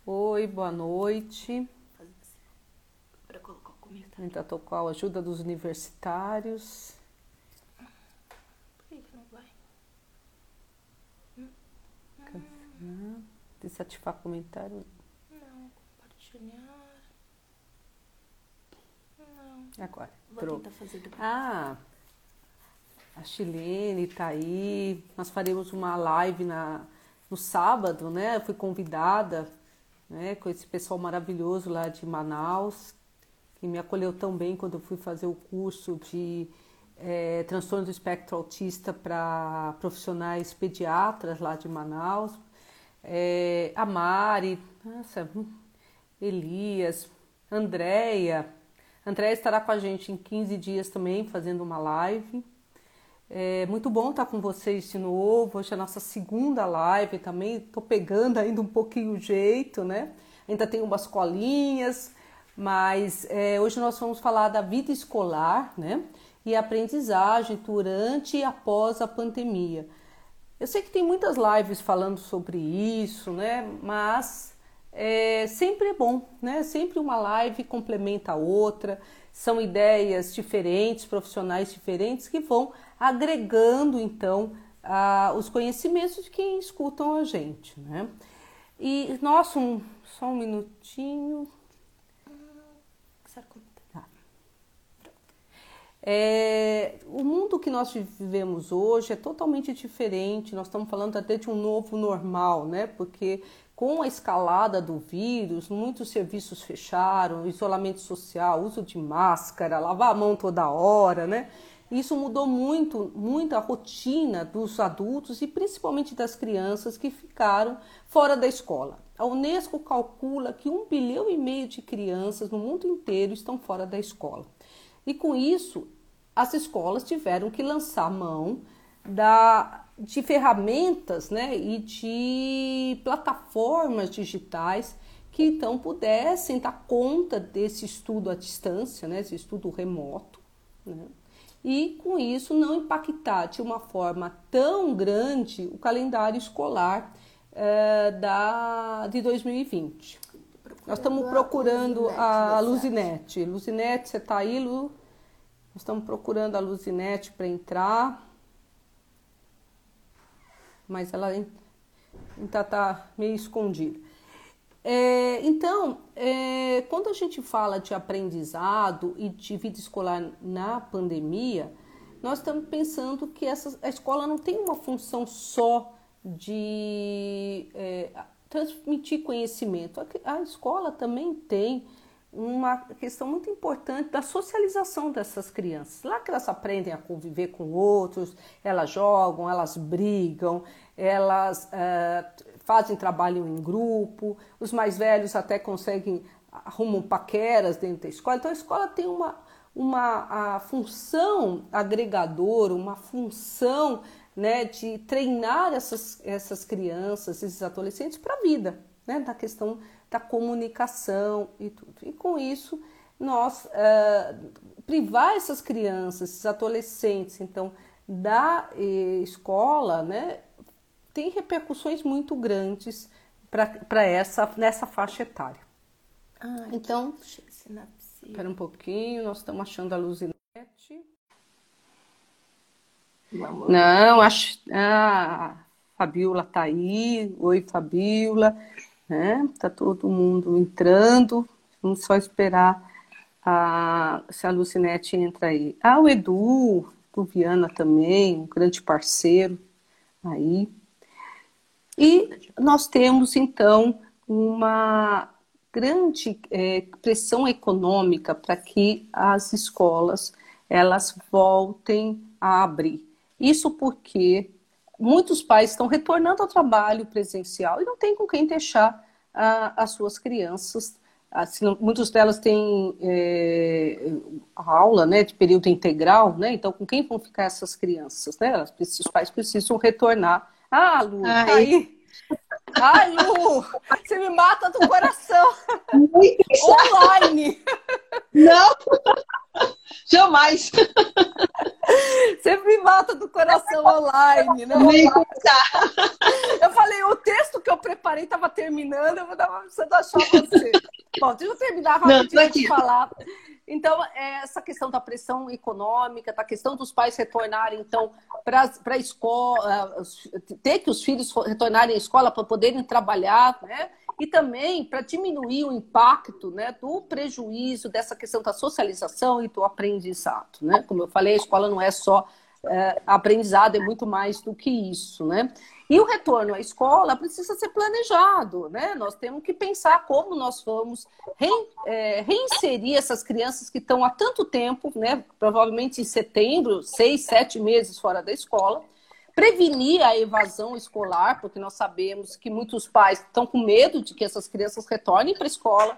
Oi, boa noite. Fazer assim. Para colocar o comentário. Tentar tocar a ajuda dos universitários. Por que não vai? Desativar comentário. Não, compartilhar. Não. Agora. Vou Pronto. tentar fazer depois. A Chilene está aí. Nós faremos uma live no sábado, né? Eu fui convidada, né, com esse pessoal maravilhoso lá de Manaus, que me acolheu tão bem quando eu fui fazer o curso de transtorno do espectro autista para profissionais pediatras lá de Manaus. A Mari, nossa, Elias, Andréia. Andréia estará com a gente em 15 dias também, fazendo uma live. É muito bom estar com vocês de novo. Hoje é a nossa segunda live também. Estou pegando ainda um pouquinho o jeito, né? Ainda tem umas colinhas, mas hoje nós vamos falar da vida escolar, né? E aprendizagem durante e após a pandemia. Eu sei que tem muitas lives falando sobre isso, né? Mas sempre é bom, né? Sempre uma live complementa a outra. São ideias diferentes, profissionais diferentes que vão agregando, então, os conhecimentos de quem escutam a gente, né? E, nossa, só um minutinho. Tá. O mundo que nós vivemos hoje é totalmente diferente. Nós estamos falando até de um novo normal, né? Porque com a escalada do vírus, muitos serviços fecharam, isolamento social, uso de máscara, lavar a mão toda hora, né? Isso mudou muito a rotina dos adultos e principalmente das crianças que ficaram fora da escola. A Unesco calcula que 1,5 bilhão de crianças no mundo inteiro estão fora da escola. E com isso, as escolas tiveram que lançar mão de ferramentas, né, e de plataformas digitais que então pudessem dar conta desse estudo à distância, né, esse estudo remoto, né, e com isso não impactar de uma forma tão grande o calendário escolar de 2020. Nós estamos procurando a Luzinete. Luzinete, você está aí, Lu? Nós estamos procurando a Luzinete para entrar. Mas ela ainda está meio escondida. Então, quando a gente fala de aprendizado e de vida escolar na pandemia, nós estamos pensando que a escola não tem uma função só de transmitir conhecimento. A escola também tem uma questão muito importante da socialização dessas crianças. Lá que elas aprendem a conviver com outros, elas jogam, elas brigam, elas fazem trabalho em grupo, os mais velhos até arrumam paqueras dentro da escola. Então a escola tem a função agregadora, uma função, né, de treinar essas crianças, esses adolescentes para a vida, né, da questão da comunicação e tudo. E com isso, nós privar essas crianças, esses adolescentes, então, da escola, né, tem repercussões muito grandes nessa faixa etária. Então, espera um pouquinho, nós estamos achando a Luzinete. Não, a Fabiola está aí. Oi, Fabiola. Tá todo mundo entrando. Vamos só esperar se a Lucinete entra aí. O Edu, do Viana também, um grande parceiro aí. E nós temos, então, uma grande pressão econômica para que as escolas elas voltem a abrir. Isso porque muitos pais estão retornando ao trabalho presencial e não tem com quem deixar as suas crianças. Assim, muitas delas têm aula, né, de período integral, né? Então, com quem vão ficar essas crianças? Né? Os pais precisam retornar. Lu, tá aí. Ai, Lu, você me mata do coração. Online. Não, Jamais. Você me mata do coração online, né? Nem começar. Eu falei, o texto que eu preparei estava terminando, eu estava precisando achar você. Bom, deixa eu terminar rapidinho de falar. Então, essa questão da pressão econômica, da questão dos pais retornarem, então, para a escola, ter que os filhos retornarem à escola para poderem trabalhar, né? E também para diminuir o impacto, né, do prejuízo dessa questão da socialização e do aprendizado, né? Como eu falei, a escola não é só aprendizado, é muito mais do que isso, né? E o retorno à escola precisa ser planejado, né? Nós temos que pensar como nós vamos reinserir essas crianças que estão há tanto tempo, né? Provavelmente em setembro, 6, 7 meses fora da escola, prevenir a evasão escolar, porque nós sabemos que muitos pais estão com medo de que essas crianças retornem para a escola.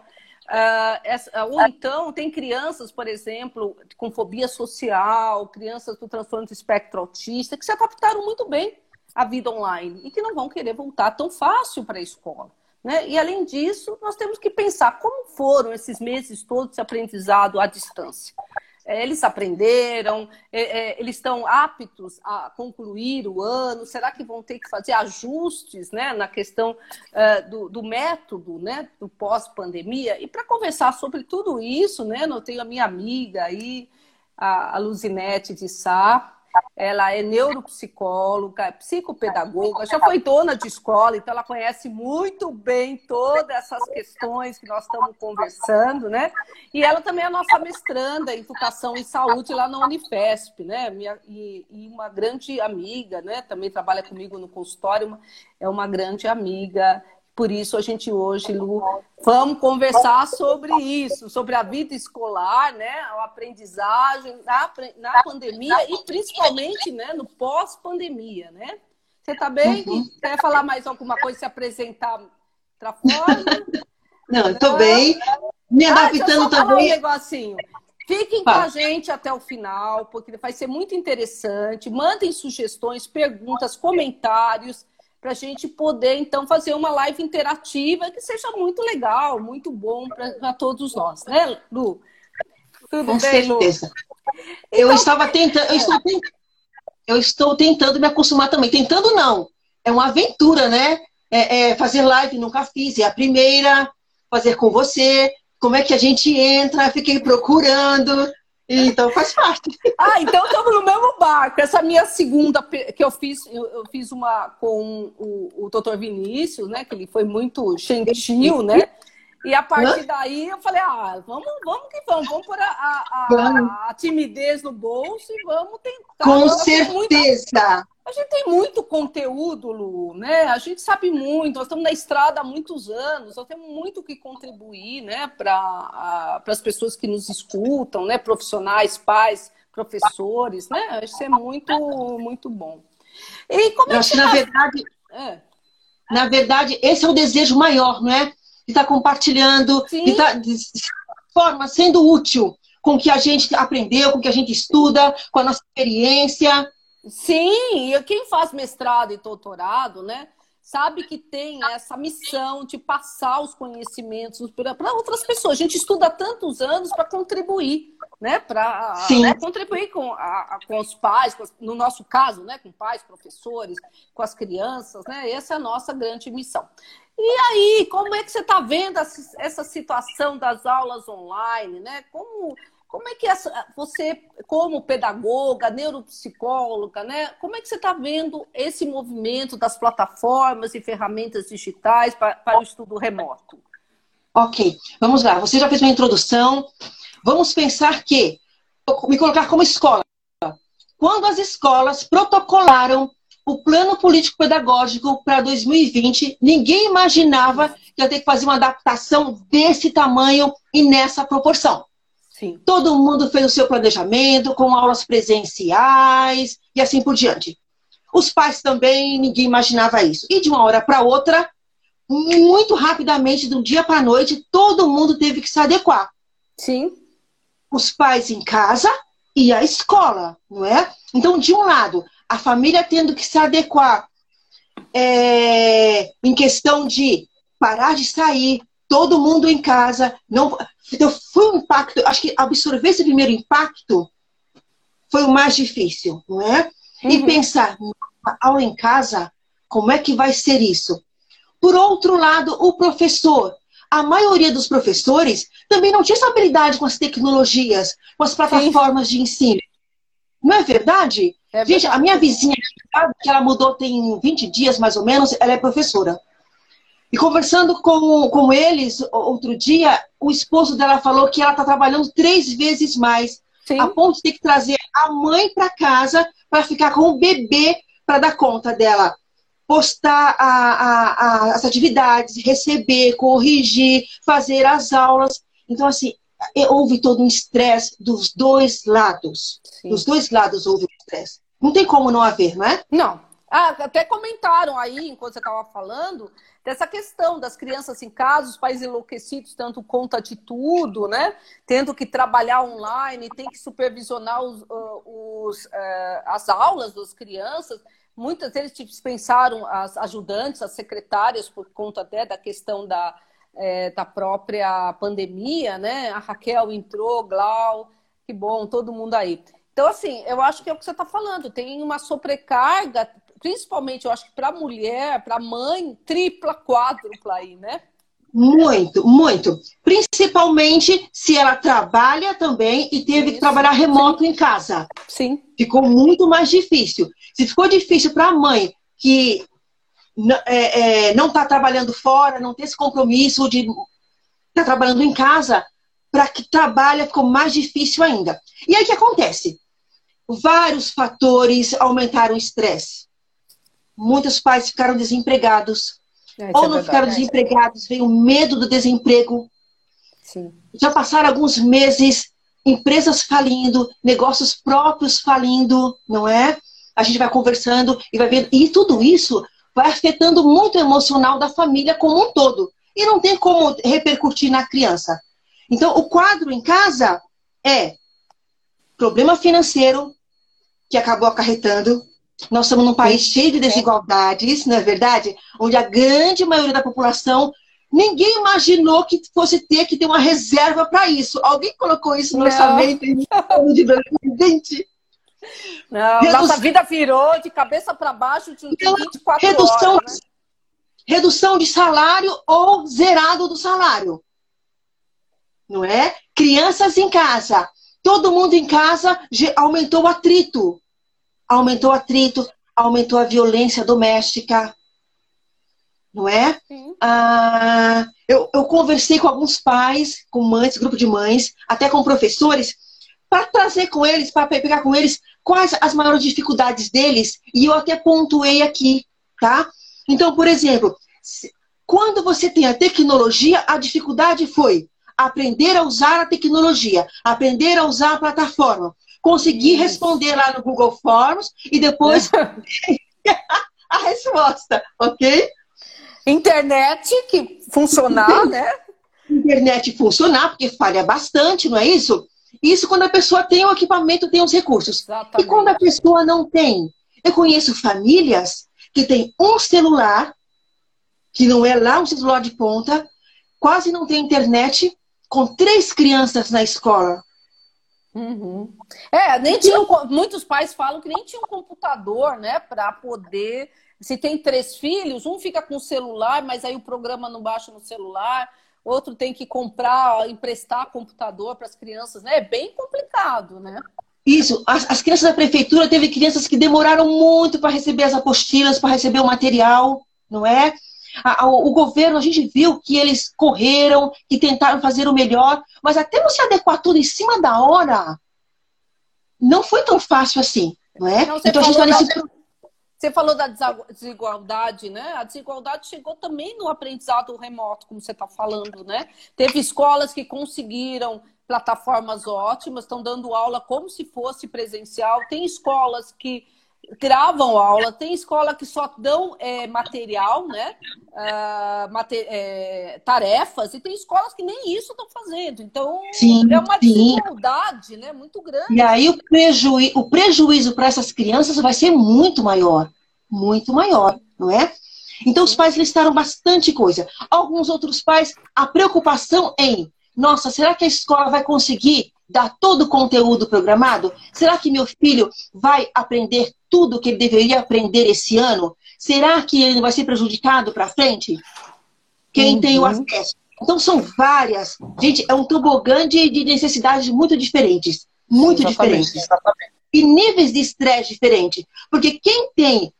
Ou então tem crianças, por exemplo, com fobia social, crianças do transtorno do espectro autista, que se adaptaram muito bem à vida online e que não vão querer voltar tão fácil para a escola, né? E além disso, nós temos que pensar como foram esses meses todos de aprendizado à distância. Eles aprenderam, eles estão aptos a concluir o ano, será que vão ter que fazer ajustes, né, na questão do método, né, do pós-pandemia? E para conversar sobre tudo isso, né, eu tenho a minha amiga aí, a Luzinete de Sá. Ela é neuropsicóloga, psicopedagoga, já foi dona de escola, então ela conhece muito bem todas essas questões que nós estamos conversando, né? E ela também é a nossa mestranda em Educação e Saúde lá na Unifesp, né? E uma grande amiga, né? Também trabalha comigo no consultório, é uma grande amiga. Por isso, a gente hoje, Lu, vamos conversar sobre isso, sobre a vida escolar, né? A aprendizagem na pandemia e principalmente, né, no pós-pandemia, né? Você está bem? Uhum. Quer falar mais alguma coisa, se apresentar outra forma? Não, estou bem. Me adaptando deixa eu só também. falar um negocinho. Fiquem com a gente até o final, porque vai ser muito interessante. Mandem sugestões, perguntas, comentários, para a gente poder, então, fazer uma live interativa que seja muito legal, muito bom para todos nós, né, Lu? Tudo Com bem, certeza. Lu? Eu Então, estava tentando, eu estou tentando me acostumar também. Tentando não, é uma aventura, né? Fazer live, nunca fiz, é a primeira, fazer com você, como é que a gente entra, fiquei procurando, então faz parte. então estamos no mesmo barco. Essa minha segunda que eu fiz uma com o Dr. Vinícius, né? Que ele foi muito gentil, né? E a partir daí eu falei, vamos que vamos pôr a timidez no bolso e vamos tentar. Com certeza. A gente tem muito conteúdo, Lu, né? A gente sabe muito, nós estamos na estrada há muitos anos, nós temos muito o que contribuir, né, para as pessoas que nos escutam, né? Profissionais, pais, professores, né? Isso é muito, muito bom. E como eu acho que, na verdade, esse é o desejo maior, não é? De estar compartilhando, de estar de forma sendo útil com o que a gente aprendeu, com o que a gente estuda, com a nossa experiência. Sim, e quem faz mestrado e doutorado, né, sabe que tem essa missão de passar os conhecimentos para outras pessoas. A gente estuda há tantos anos para contribuir, né, para contribuir com os pais, no nosso caso, né, com pais, professores, com as crianças, né, essa é a nossa grande missão. E aí, como é que você está vendo essa situação das aulas online, né? Como é que você, como pedagoga, neuropsicóloga, né? Como é que você está vendo esse movimento das plataformas e ferramentas digitais para o estudo remoto? Ok, vamos lá. Você já fez uma introdução. Vamos pensar que, me colocar como escola. Quando as escolas protocolaram o plano político-pedagógico para 2020, ninguém imaginava que ia ter que fazer uma adaptação desse tamanho e nessa proporção. Sim. Todo mundo fez o seu planejamento, com aulas presenciais e assim por diante. Os pais também, ninguém imaginava isso. E de uma hora para outra, muito rapidamente, de um dia para a noite, todo mundo teve que se adequar. Sim. Os pais em casa e a escola, não é? Então, de um lado, a família tendo que se adequar em questão de parar de sair, todo mundo em casa. Não, então foi um impacto, acho que absorver esse primeiro impacto foi o mais difícil, não é? E pensar, aula em casa, como é que vai ser isso? Por outro lado, o professor. A maioria dos professores também não tinha essa habilidade com as tecnologias, com as plataformas de ensino. Não é verdade? É Gente, verdade. a minha vizinha, que ela mudou tem 20 dias mais ou menos, ela é professora. E conversando com eles outro dia, o esposo dela falou que ela está trabalhando 3 vezes mais, Sim. a ponto de ter que trazer a mãe para casa para ficar com o bebê para dar conta dela. Postar as atividades, receber, corrigir, fazer as aulas. Então, assim, houve todo um estresse dos dois lados. Sim. Dos dois lados houve um estresse. Não tem como não haver, não é? Não. Até comentaram aí, enquanto você estava falando, dessa questão das crianças em casa, os pais enlouquecidos, tanto conta de tudo, né? Tendo que trabalhar online, tem que supervisionar as aulas das crianças. Muitas deles dispensaram as ajudantes, as secretárias, por conta até da questão da própria pandemia, né? A Raquel entrou, Glau, que bom, todo mundo aí. Então, assim, eu acho que é o que você está falando, tem uma sobrecarga, principalmente, eu acho que para a mulher, para a mãe, tripla, quádrupla aí, né? Muito, muito. Principalmente se ela trabalha também e teve que trabalhar remoto em casa. Sim. Ficou muito mais difícil. Se ficou difícil para a mãe que não está trabalhando fora, não tem esse compromisso de estar trabalhando em casa, para que trabalha ficou mais difícil ainda. E aí o que acontece? Vários fatores aumentaram o estresse. Muitos pais ficaram desempregados. Ou não ficaram desempregados, veio o medo do desemprego. Sim. Já passaram alguns meses, empresas falindo, negócios próprios falindo, não é? A gente vai conversando e vai vendo. E tudo isso vai afetando muito o emocional da família como um todo. E não tem como repercutir na criança. Então, o quadro em casa é problema financeiro, que acabou acarretando. Nós estamos num país cheio de desigualdades, não é verdade? Onde a grande maioria da população, ninguém imaginou que fosse ter que ter uma reserva para isso. Alguém colocou isso no orçamento de 2020? Não, nossa vida virou de cabeça para baixo de 24 horas. Né? Redução de salário ou zerado do salário. Não é? Crianças em casa. Todo mundo em casa, aumentou o atrito. Aumentou o atrito, aumentou a violência doméstica. Não é? Eu conversei com alguns pais, com mães, grupo de mães, até com professores, para trazer com eles, para pegar com eles quais as maiores dificuldades deles, e eu até pontuei aqui, tá? Então, por exemplo, quando você tem a tecnologia, a dificuldade foi aprender a usar a tecnologia, aprender a usar a plataforma, conseguir responder lá no Google Forms e depois a resposta, ok? Internet que funcionar, né? Internet funcionar, porque falha bastante, não é isso? Isso quando a pessoa tem o equipamento, tem os recursos. Exatamente. E quando a pessoa não tem? Eu conheço famílias que têm um celular, que não é lá um celular de ponta, quase não tem internet, com 3 crianças na escola. Nem tinha, muitos pais falam que nem tinha um computador, né, para poder. Se tem 3 filhos, um fica com o celular, mas aí o programa não baixa no celular, outro tem que comprar, emprestar computador para as crianças, né? É bem complicado, né? Isso, as crianças da prefeitura, teve crianças que demoraram muito para receber as apostilas, para receber o material, não é? O governo, a gente viu que eles correram, que tentaram fazer o melhor, mas até você adequar tudo em cima da hora, não foi tão fácil assim, não é? Não, então a gente está nesse... Você falou da desigualdade, né? A desigualdade chegou também no aprendizado remoto, como você está falando, né? Teve escolas que conseguiram plataformas ótimas, estão dando aula como se fosse presencial. Tem escolas que gravam aula, tem escola que só dão material, né? Tarefas, e tem escolas que nem isso estão fazendo. Então, é uma desigualdade, né? Muito grande. E aí o prejuízo para essas crianças vai ser muito maior, não é? Então, os pais listaram bastante coisa. Alguns outros pais, a preocupação em, nossa, será que a escola vai conseguir dar todo o conteúdo programado? Será que meu filho vai aprender tudo que ele deveria aprender esse ano? Será que ele vai ser prejudicado para frente? Quem tem o acesso? Então, são várias. Gente, é um tobogã de necessidades muito diferentes. Muito diferentes. E níveis de estresse diferentes. Porque quem tem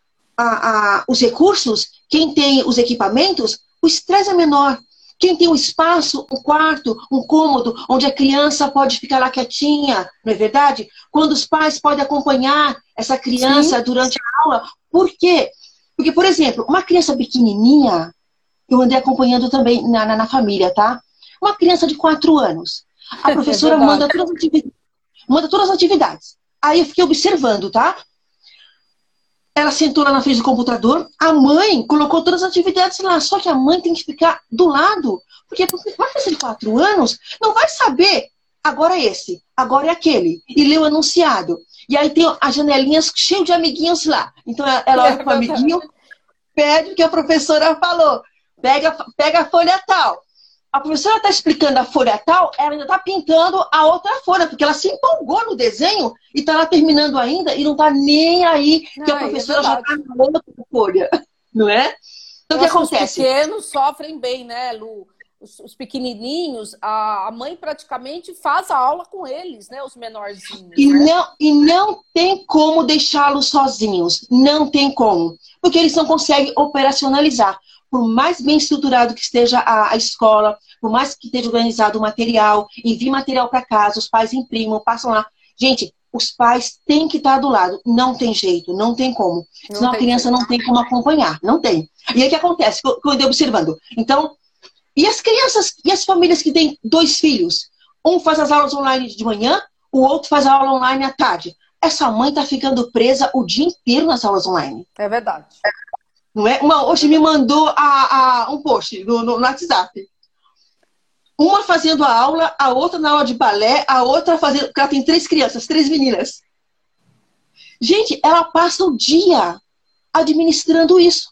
os recursos, quem tem os equipamentos, o estresse é menor. Quem tem um espaço, um quarto, um cômodo, onde a criança pode ficar lá quietinha, não é verdade? Quando os pais podem acompanhar essa criança durante a aula. Por quê? Porque, por exemplo, uma criança pequenininha, eu andei acompanhando também na família, tá? Uma criança de 4 anos. A professora manda todas as atividades. Aí eu fiquei observando, tá? Ela sentou lá na frente do computador, a mãe colocou todas as atividades lá, só que a mãe tem que ficar do lado, porque uma criança de 4 anos não vai saber, agora é esse, agora é aquele, e lê o anunciado. E aí tem as janelinhas cheias de amiguinhos lá. Então ela olha para o amiguinho, pede o que a professora falou, pega a folha tal. A professora está explicando a folha tal, ela ainda está pintando a outra folha, porque ela se empolgou no desenho e está lá terminando ainda e não está nem aí que a professora já está na outra folha, não é? Então, o que acontece? Os pequenos sofrem bem, né, Lu? Os pequenininhos, a mãe praticamente faz a aula com eles, né, os menorzinhos. E não tem como deixá-los sozinhos, não tem como, porque eles não conseguem operacionalizar. Por mais bem estruturado que esteja a escola, por mais que esteja organizado o material, envie material para casa, os pais imprimam, passam lá. Gente, os pais têm que estar do lado. Não tem jeito, não tem como. Senão a criança não tem como acompanhar. Não tem. E aí o que acontece? Que eu andei observando. Então, e as crianças, e as famílias que têm 2 filhos? Um faz as aulas online de manhã, o outro faz a aula online à tarde. Essa mãe está ficando presa o dia inteiro nas aulas online. É verdade. Não é? Hoje me mandou um post no WhatsApp. Uma fazendo a aula, a outra na aula de balé, a outra fazendo... Porque ela tem 3 crianças, 3 meninas. Gente, ela passa o dia administrando isso.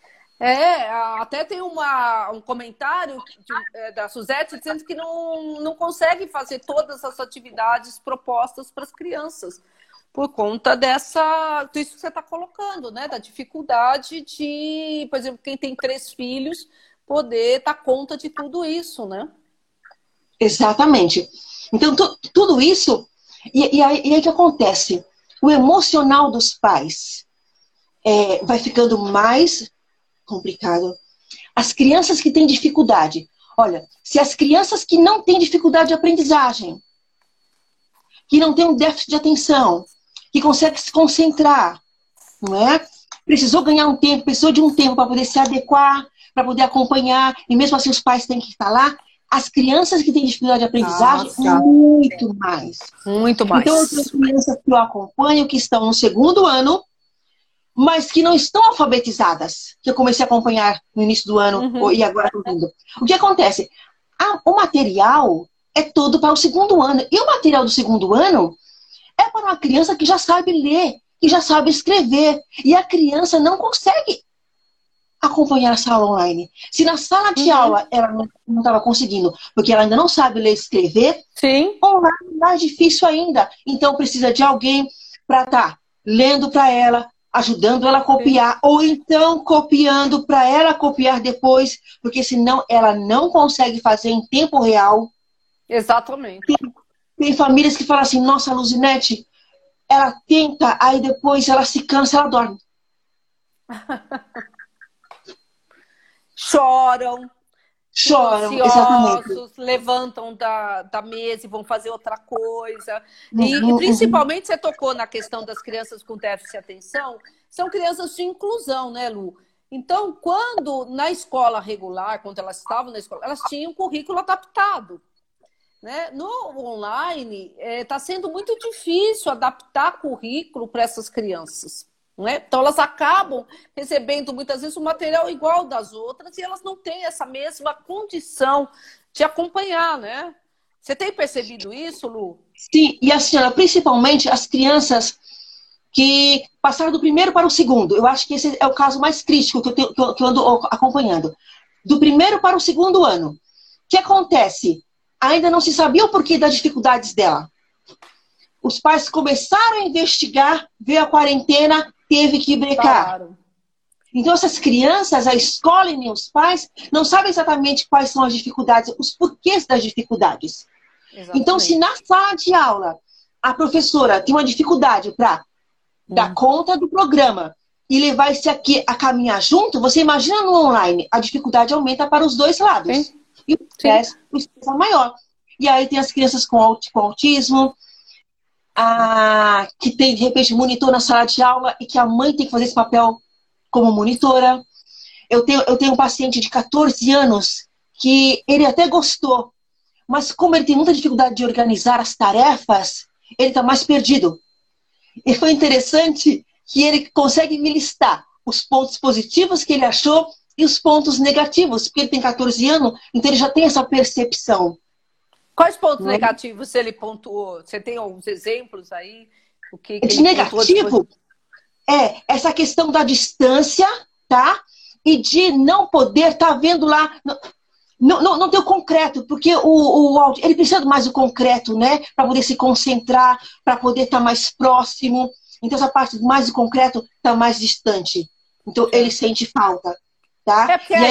Até tem um comentário da Suzete dizendo que não consegue fazer todas as atividades propostas para as crianças. Por conta disso que você está colocando, né? Da dificuldade de, por exemplo, quem tem 3 filhos, poder dar conta de tudo isso, né? Exatamente. Então, tudo isso... E aí o que acontece? O emocional dos pais vai ficando mais complicado. As crianças que têm dificuldade. Olha, se as crianças que não têm dificuldade de aprendizagem, que não têm um déficit de atenção, que consegue se concentrar, não é? Precisou ganhar um tempo, precisou de um tempo para poder se adequar, para poder acompanhar, e mesmo assim os pais têm que estar lá. As crianças que têm dificuldade de aprendizagem, muito mais. Muito mais. Então, eu tenho crianças que eu acompanho, que estão no 2º ano, mas que não estão alfabetizadas, que eu comecei a acompanhar no início do ano, e agora estou vindo. O que acontece? O material é todo para o 2º ano, e o material do 2º ano é para uma criança que já sabe ler, que já sabe escrever. E a criança não consegue acompanhar essa aula online. Se na sala de aula ela não estava conseguindo, porque ela ainda não sabe ler e escrever, online é mais difícil ainda. Então precisa de alguém para estar lendo para ela, ajudando ela a copiar, ou então copiando para ela copiar depois, porque senão ela não consegue fazer em tempo real. Exatamente. Tem famílias que falam assim, nossa, Luzinete, ela tenta, aí depois ela se cansa, ela dorme. Choram, exatamente. levantam da mesa e vão fazer outra coisa. E principalmente você tocou na questão das crianças com déficit de atenção, são crianças de inclusão, né, Lu? Então, quando na escola regular, quando elas estavam na escola, elas tinham um currículo adaptado. Né? No online, está sendo muito difícil adaptar currículo para essas crianças. Né? Então, elas acabam recebendo, muitas vezes, o material igual das outras e elas não têm essa mesma condição de acompanhar, né? Você tem percebido isso, Lu? Sim, e a senhora, principalmente as crianças que passaram do primeiro para o segundo. Eu acho que esse é o caso mais crítico que eu ando acompanhando. Do primeiro para o segundo ano. O que acontece? Ainda não se sabia o porquê das dificuldades dela. Os pais começaram a investigar, veio a quarentena, teve que brecar. Claro. Então, essas crianças, a escola e nem os pais, não sabem exatamente quais são as dificuldades, os porquês das dificuldades. Exatamente. Então, se na sala de aula a professora tem uma dificuldade para dar conta do programa e levar esse aqui a caminhar junto, você imagina no online, a dificuldade aumenta para os dois lados. Sim. E o estresse é maior. E aí tem as crianças com autismo, que tem, de repente, monitor na sala de aula e que a mãe tem que fazer esse papel como monitora. Eu tenho um paciente de 14 anos que ele até gostou, mas como ele tem muita dificuldade de organizar as tarefas, ele está mais perdido. E foi interessante que ele consegue me listar os pontos positivos que ele achou e os pontos negativos, porque ele tem 14 anos, então ele já tem essa percepção. Quais pontos negativos ele pontuou? Você tem alguns exemplos aí? O que de negativo é essa questão da distância, tá? E de não poder estar vendo lá... Não tem o concreto, porque ele precisa mais do concreto, né? Para poder se concentrar, para poder estar mais próximo. Então, essa parte mais do concreto está mais distante. Então, ele sente falta, tá? É porque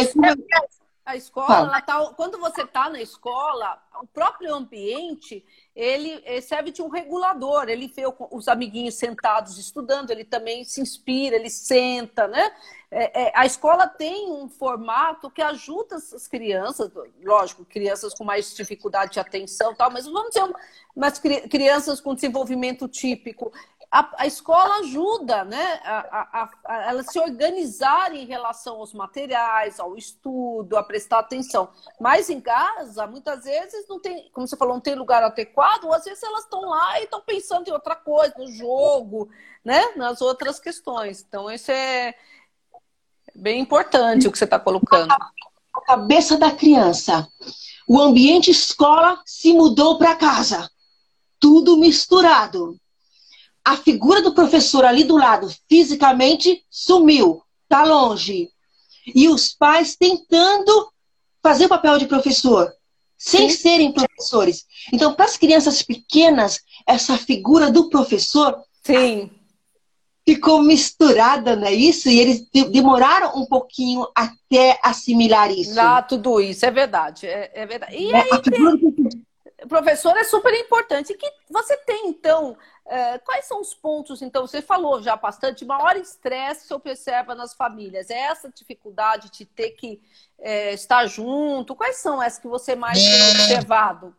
a escola, quando você está na escola, o próprio ambiente, ele serve de um regulador. Ele vê os amiguinhos sentados estudando, ele também se inspira, ele senta, né? A escola tem um formato que ajuda as crianças, lógico, crianças com mais dificuldade de atenção, tal, mas vamos dizer, mas crianças com desenvolvimento típico. A escola ajuda, né, a elas se organizarem em relação aos materiais, ao estudo, a prestar atenção. Mas em casa, muitas vezes, não tem, como você falou, não tem lugar adequado, ou às vezes elas estão lá e estão pensando em outra coisa, no jogo, né, nas outras questões. Então, isso é bem importante o que você está colocando. A cabeça da criança. O ambiente escola se mudou para casa. Tudo misturado. A figura do professor ali do lado, fisicamente, sumiu. Está longe. E os pais tentando fazer o papel de professor, sem serem professores. Então, para as crianças pequenas, essa figura do professor ficou misturada, não é isso? E eles demoraram um pouquinho até assimilar isso. Tudo isso, é verdade. É verdade. E aí, professor é super importante. E que você tem, então... quais são os pontos, então, você falou já bastante, maior estresse que você observa nas famílias? É essa dificuldade de ter que estar junto? Quais são as que você mais tem observado?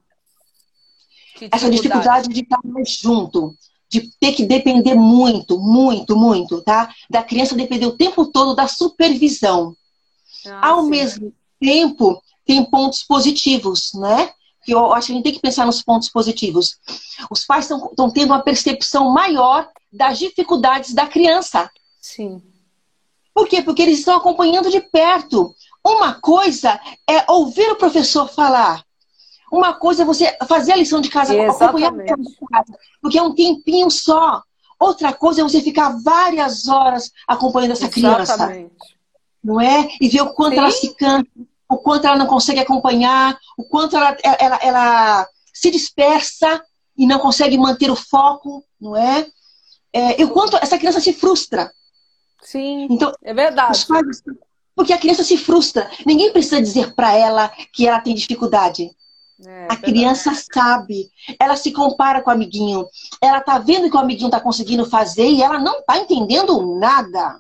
Essa dificuldade de estar mais junto, de ter que depender muito, muito, muito, tá? Da criança depender o tempo todo da supervisão. Ao mesmo tempo, tem pontos positivos, né? Que eu acho que a gente tem que pensar nos pontos positivos. Os pais estão tendo uma percepção maior das dificuldades da criança. Sim. Por quê? Porque eles estão acompanhando de perto. Uma coisa é ouvir o professor falar. Uma coisa é você fazer a lição de casa, acompanhar a lição de casa, porque é um tempinho só. Outra coisa é você ficar várias horas acompanhando essa criança. Não é? E ver o quanto ela se cansa, o quanto ela não consegue acompanhar, o quanto ela se dispersa e não consegue manter o foco, não é? E o quanto essa criança se frustra. Sim, então, é verdade. Porque a criança se frustra. Ninguém precisa dizer para ela que ela tem dificuldade. A criança sabe. Ela se compara com o amiguinho. Ela tá vendo que o amiguinho tá conseguindo fazer e ela não tá entendendo nada.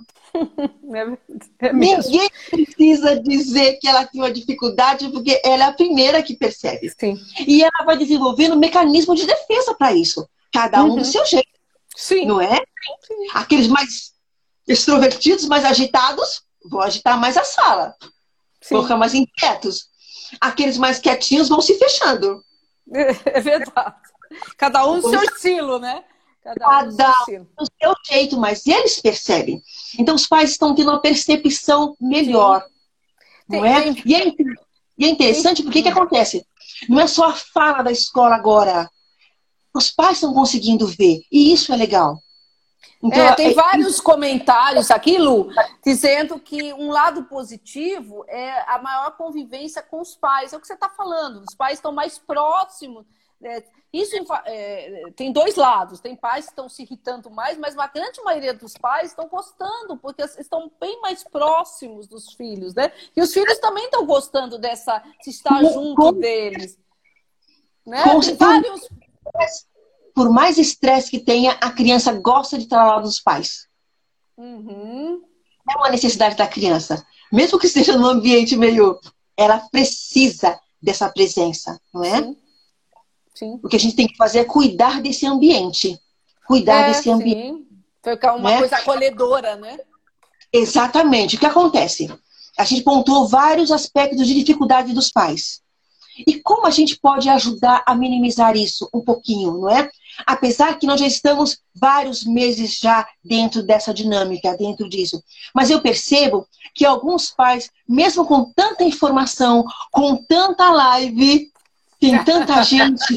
Ninguém precisa dizer que ela tem uma dificuldade, porque ela é a primeira que percebe. Sim. E ela vai desenvolvendo um mecanismo de defesa para isso. Cada um do seu jeito. Sim. Não é? Sim. Aqueles mais extrovertidos, mais agitados, vão agitar mais a sala. Sim. Vão ficar mais inquietos. Aqueles mais quietinhos vão se fechando. É verdade. Cada um do seu estilo, né? Cada um do seu jeito, mas eles percebem. Então, os pais estão tendo uma percepção melhor. Não é? E é interessante porque o que acontece? Não é só a fala da escola agora. Os pais estão conseguindo ver. E isso é legal. Então, Tem vários comentários aqui, Lu, dizendo que um lado positivo é a maior convivência com os pais. É o que você está falando, os pais estão mais próximos. Isso tem dois lados. Tem pais que estão se irritando mais, mas a grande maioria dos pais estão gostando, porque estão bem mais próximos dos filhos, né? E os filhos também estão gostando de estar junto deles. Né? Tem vários... Por mais estresse que tenha, a criança gosta de estar ao lado dos pais. Uhum. É uma necessidade da criança. Mesmo que esteja num ambiente meio... Ela precisa dessa presença, não é? Sim. Sim. O que a gente tem que fazer é cuidar desse ambiente. Cuidar desse ambiente. Sim. Ficar uma coisa acolhedora, né? Exatamente. O que acontece? A gente pontuou vários aspectos de dificuldade dos pais. E como a gente pode ajudar a minimizar isso um pouquinho, não é? Apesar que nós já estamos vários meses já dentro dessa dinâmica, dentro disso. Mas eu percebo que alguns pais, mesmo com tanta informação, com tanta live, tem tanta gente,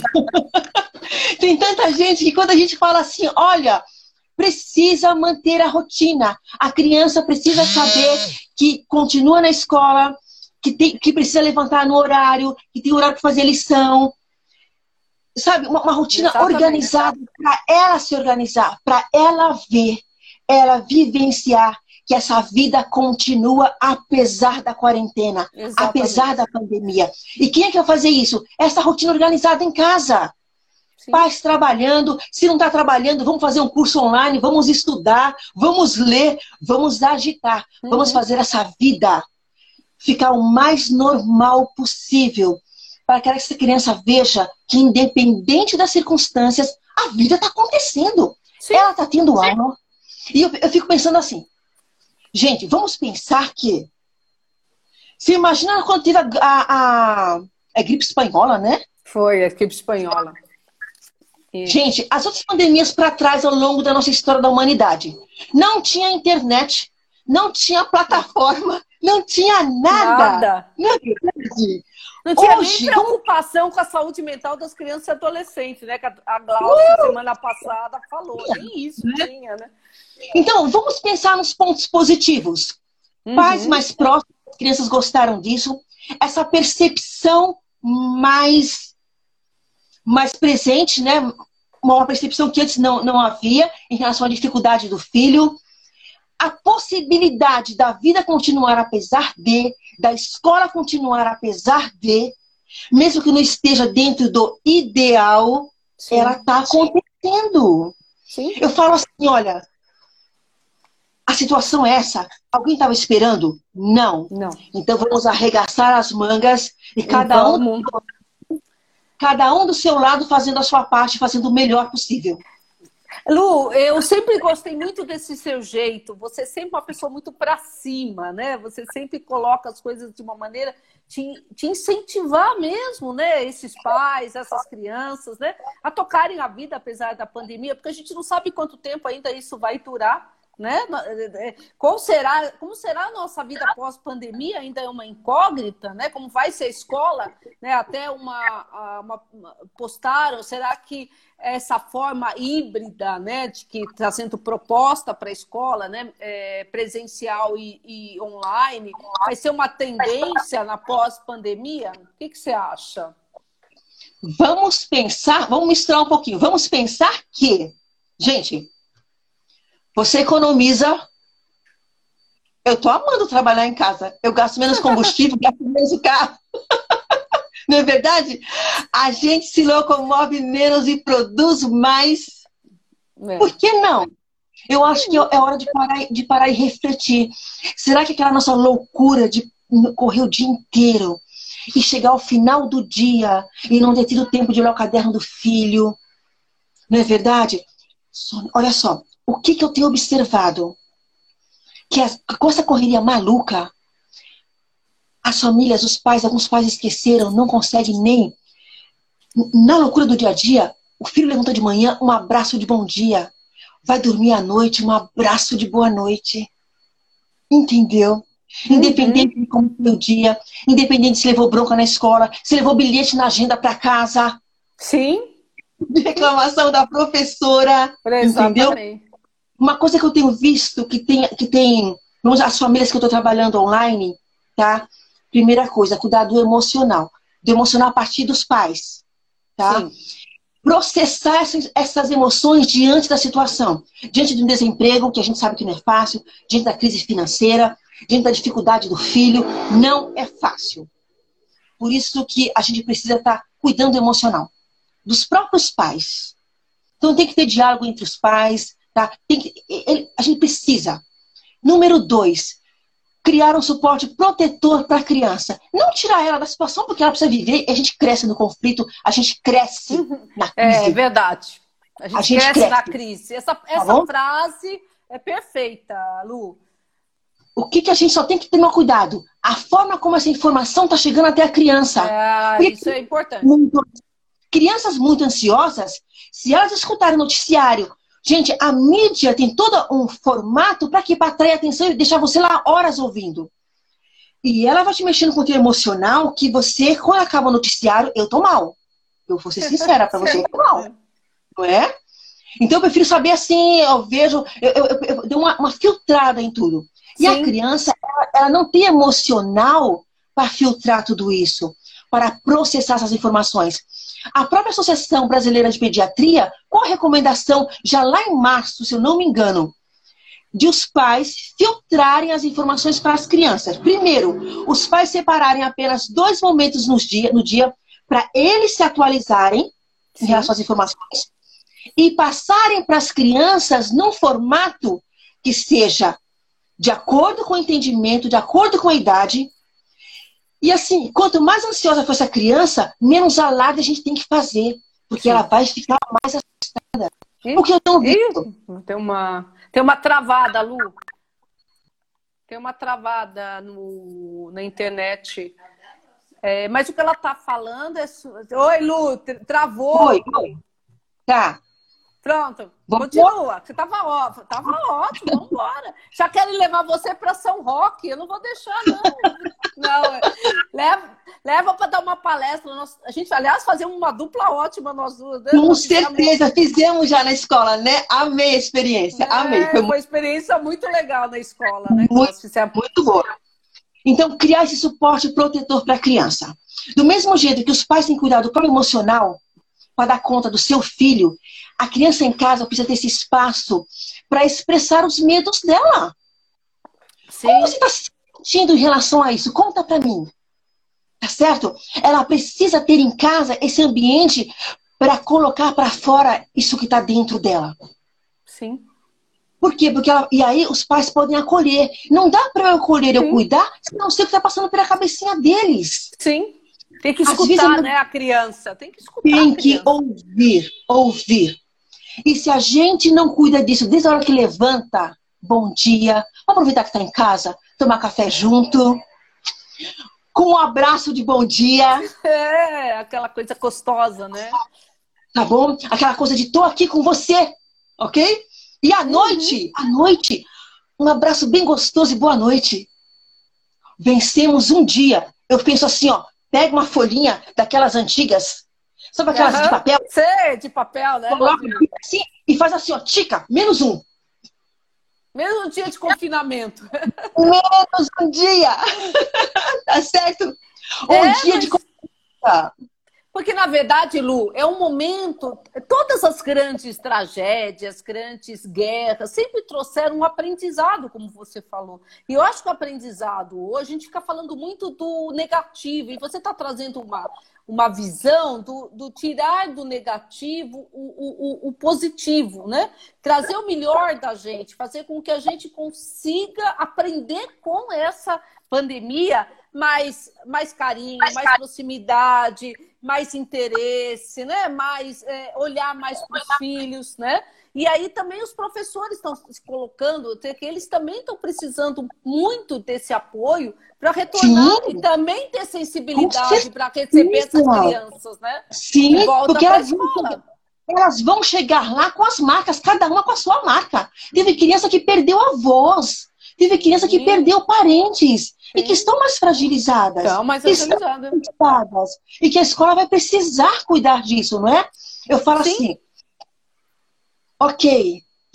tem tanta gente que quando a gente fala assim, olha, precisa manter a rotina. A criança precisa saber que continua na escola, que precisa levantar no horário, que tem horário para fazer lição. Sabe, uma rotina organizada para ela se organizar, para ela ver, ela vivenciar que essa vida continua apesar da quarentena, apesar da pandemia. E quem é que vai fazer isso? Essa rotina organizada em casa. Sim. Pais trabalhando, se não está trabalhando, vamos fazer um curso online, vamos estudar, vamos ler, vamos agitar, vamos fazer essa vida ficar o mais normal possível, para que essa criança veja que, independente das circunstâncias, a vida está acontecendo. Sim. Ela está tendo aula. E eu fico pensando assim, gente, vamos pensar que... Você imagina quando teve a gripe espanhola, né? Foi, a gripe espanhola. E... Gente, as outras pandemias para trás ao longo da nossa história da humanidade. Não tinha internet, não tinha plataforma, não tinha nada. Não é verdade? Não tinha nem preocupação com a saúde mental das crianças e adolescentes, né? Que a Glaucia, semana passada, falou. Nem isso tinha, né? Então, vamos pensar nos pontos positivos. Pais mais próximos, as crianças gostaram disso. Essa percepção mais presente, né? Uma percepção que antes não havia em relação à dificuldade do filho. A possibilidade da vida continuar apesar de, da escola continuar apesar de, mesmo que não esteja dentro do ideal, sim, ela está acontecendo. Sim. Eu falo assim, olha, a situação é essa. Alguém estava esperando? Não. Então vamos arregaçar as mangas e cada um do seu lado fazendo a sua parte, fazendo o melhor possível. Lu, eu sempre gostei muito desse seu jeito. Você é sempre uma pessoa muito para cima, né? Você sempre coloca as coisas de uma maneira te incentivar mesmo, né? Esses pais, essas crianças, né? A tocarem a vida apesar da pandemia, porque a gente não sabe quanto tempo ainda isso vai durar, né? Como será a nossa vida pós-pandemia? Ainda é uma incógnita, né? Como vai ser a escola, né? Até postaram, será que essa forma híbrida, né, de que está sendo proposta para a escola, né, presencial e online, vai ser uma tendência na pós-pandemia? O que você acha? Vamos pensar, vamos misturar um pouquinho. Vamos pensar que, gente, você economiza. Eu tô amando trabalhar em casa. Eu gasto menos combustível, gasto menos o carro. Não é verdade? A gente se locomove menos e produz mais. Por que não? Eu acho que é hora de parar e refletir. Será que aquela nossa loucura de correr o dia inteiro e chegar ao final do dia e não ter tido tempo de olhar o caderno do filho, não é verdade? Olha só, o que eu tenho observado? Que com essa correria maluca, as famílias, os pais, alguns pais esqueceram, não conseguem nem... Na loucura do dia a dia, o filho levanta de manhã, um abraço de bom dia. Vai dormir à noite, um abraço de boa noite. Entendeu? Independente de como foi o dia, independente se levou bronca na escola, se levou bilhete na agenda para casa. Sim. De reclamação da professora. Exatamente. Entendeu? Uma coisa que eu tenho visto vamos as famílias que eu estou trabalhando online, tá? Primeira coisa, cuidar do emocional a partir dos pais, tá? Sim. Processar essas emoções diante da situação, diante de um desemprego, que a gente sabe que não é fácil, diante da crise financeira, diante da dificuldade do filho, não é fácil. Por isso que a gente precisa estar cuidando do emocional dos próprios pais. Então tem que ter diálogo entre os pais, tá? A gente precisa. Número 2, criar um suporte protetor para a criança. Não tirar ela da situação, porque ela precisa viver, a gente cresce no conflito, a gente cresce na crise. É verdade. A gente cresce na crise. Essa frase é perfeita, Lu. O que a gente só tem que ter mais cuidado? A forma como essa informação está chegando até a criança. Isso é importante. Crianças muito ansiosas, se elas escutarem noticiário, gente, a mídia tem todo um formato para que para atrair atenção e deixar você lá horas ouvindo. E ela vai te mexendo com o teu emocional que você, quando acaba o noticiário, eu tô mal. Eu vou ser sincera para você, eu tô mal. Não é? Então eu prefiro saber assim, eu dou uma filtrada em tudo. E a criança, ela não tem emocional para filtrar tudo isso, para processar essas informações. A própria Associação Brasileira de Pediatria, com a recomendação, já lá em março, se eu não me engano, de os pais filtrarem as informações para as crianças. Primeiro, os pais separarem apenas 2 momentos no dia para eles se atualizarem em relação às informações e passarem para as crianças num formato que seja de acordo com o entendimento, de acordo com a idade. E assim, quanto mais ansiosa for essa criança, menos alarde a gente tem que fazer. Porque ela vai ficar mais assustada. Porque eu tenho visto. Tem uma travada, Lu. Tem uma travada na internet. Mas o que ela está falando é... Oi, Lu, travou. Oi. Tá. Pronto, continua. Você tava ótimo, vamos embora. Já querem levar você para São Roque, eu não vou deixar, não. Leva para dar uma palestra. A gente, aliás, fazer uma dupla ótima nós duas. Né? Com certeza, fizemos já na escola, né? Amei a experiência, amei. Foi uma experiência muito legal na escola, né? Muito boa. Então, criar esse suporte protetor para a criança. Do mesmo jeito que os pais têm que cuidar do próprio emocional, para dar conta do seu filho, a criança em casa precisa ter esse espaço para expressar os medos dela. Sim. Como você está se sentindo em relação a isso? Conta para mim. Tá certo? Ela precisa ter em casa esse ambiente para colocar para fora isso que está dentro dela. Sim. Por quê? E aí os pais podem acolher. Não dá para eu acolher, eu cuidar, se não sei o que está passando pela cabecinha deles. Sim. Tem que escutar, né, a criança. Tem que escutar. Tem que ouvir. E se a gente não cuida disso desde a hora que levanta, bom dia, aproveitar que está em casa, tomar café junto, com um abraço de bom dia. Aquela coisa gostosa, né? Tá bom? Aquela coisa de tô aqui com você, ok? E à noite, um abraço bem gostoso e boa noite. Vencemos um dia. Eu penso assim, ó. Pega uma folhinha daquelas antigas. Sabe aquelas de papel? Sei, de papel, né? Coloca assim e faz assim, ó, tica, -1. Menos um dia de confinamento. Menos um dia. Tá certo? Dia de confinamento. Porque, na verdade, Lu, é um momento... Todas as grandes tragédias, grandes guerras, sempre trouxeram um aprendizado, como você falou. E eu acho que o aprendizado, hoje, a gente fica falando muito do negativo. E você está trazendo uma visão do tirar do negativo o positivo, né? Trazer o melhor da gente, fazer com que a gente consiga aprender com essa pandemia mais carinho, mais proximidade, mais interesse, né? Olhar mais para os filhos, né? E aí também os professores estão se colocando, que eles também estão precisando muito desse apoio para retornar. Sim. E também ter sensibilidade para receber essas crianças, né? Sim, porque elas vão chegar lá com as marcas, cada uma com a sua marca. Teve criança que perdeu avós, teve criança que perdeu parentes. Sim. E que estão mais fragilizadas. Estão mais fragilizadas. E que a escola vai precisar cuidar disso, não é? Eu falo assim, ok,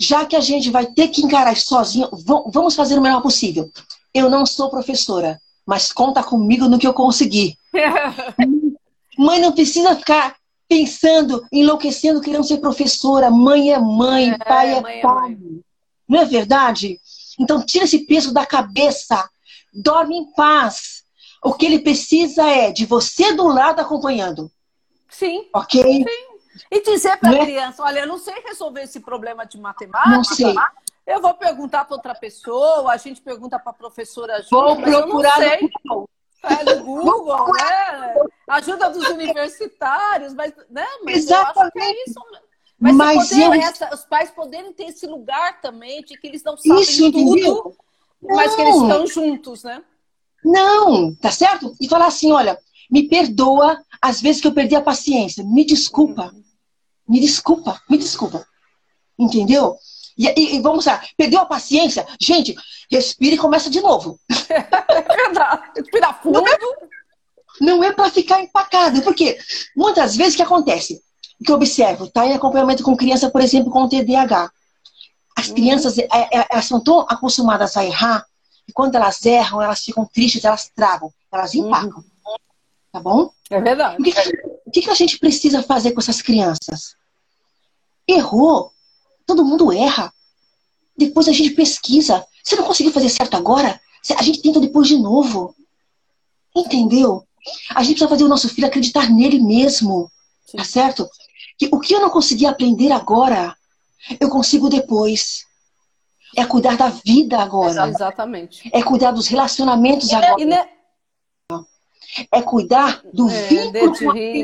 já que a gente vai ter que encarar isso sozinho, vamos fazer o melhor possível. Eu não sou professora, mas conta comigo no que eu conseguir. Mãe não precisa ficar pensando, enlouquecendo, querendo ser professora. Mãe é mãe, pai é mãe pai. Não é verdade? Então tira esse peso da cabeça. Dorme em paz. O que ele precisa é de você do lado acompanhando. Sim. Ok? Sim. E dizer para a Não é? criança, olha, eu não sei resolver esse problema de matemática. Não sei. Eu vou perguntar para outra pessoa, a gente pergunta para a professora junto, Vou mas eu não procurar no sei. Google. No Google, né? Ajuda dos universitários, mas, né? Mas Exatamente. eu acho que é isso. Mas Mas os pais poderem ter esse lugar também de que eles não sabem isso, tudo, entendeu? mas que eles estão juntos, né? Não, tá certo? E falar assim, olha, me perdoa às vezes que eu perdi a paciência. Me desculpa. Me desculpa, me desculpa. Entendeu? E vamos lá, perdeu a paciência? Gente, respira e começa de novo. É verdade. Respira fundo. Não é para ficar empacado. Porque muitas vezes o que acontece? O que eu observo, tá? Em acompanhamento com criança, por exemplo, com TDAH. As crianças, elas são tão acostumadas a errar, e quando elas erram, elas ficam tristes, elas travam, elas empacam. Tá bom? É verdade. O que a gente precisa fazer com essas crianças? Errou. Todo mundo erra. Depois a gente pesquisa. Se não conseguiu fazer certo agora, a gente tenta depois de novo. Entendeu? A gente precisa fazer o nosso filho acreditar nele mesmo. Sim. Tá certo? Que o que eu não consegui aprender agora, eu consigo depois. É cuidar da vida agora. Exatamente. É cuidar dos relacionamentos agora. É cuidar do vínculo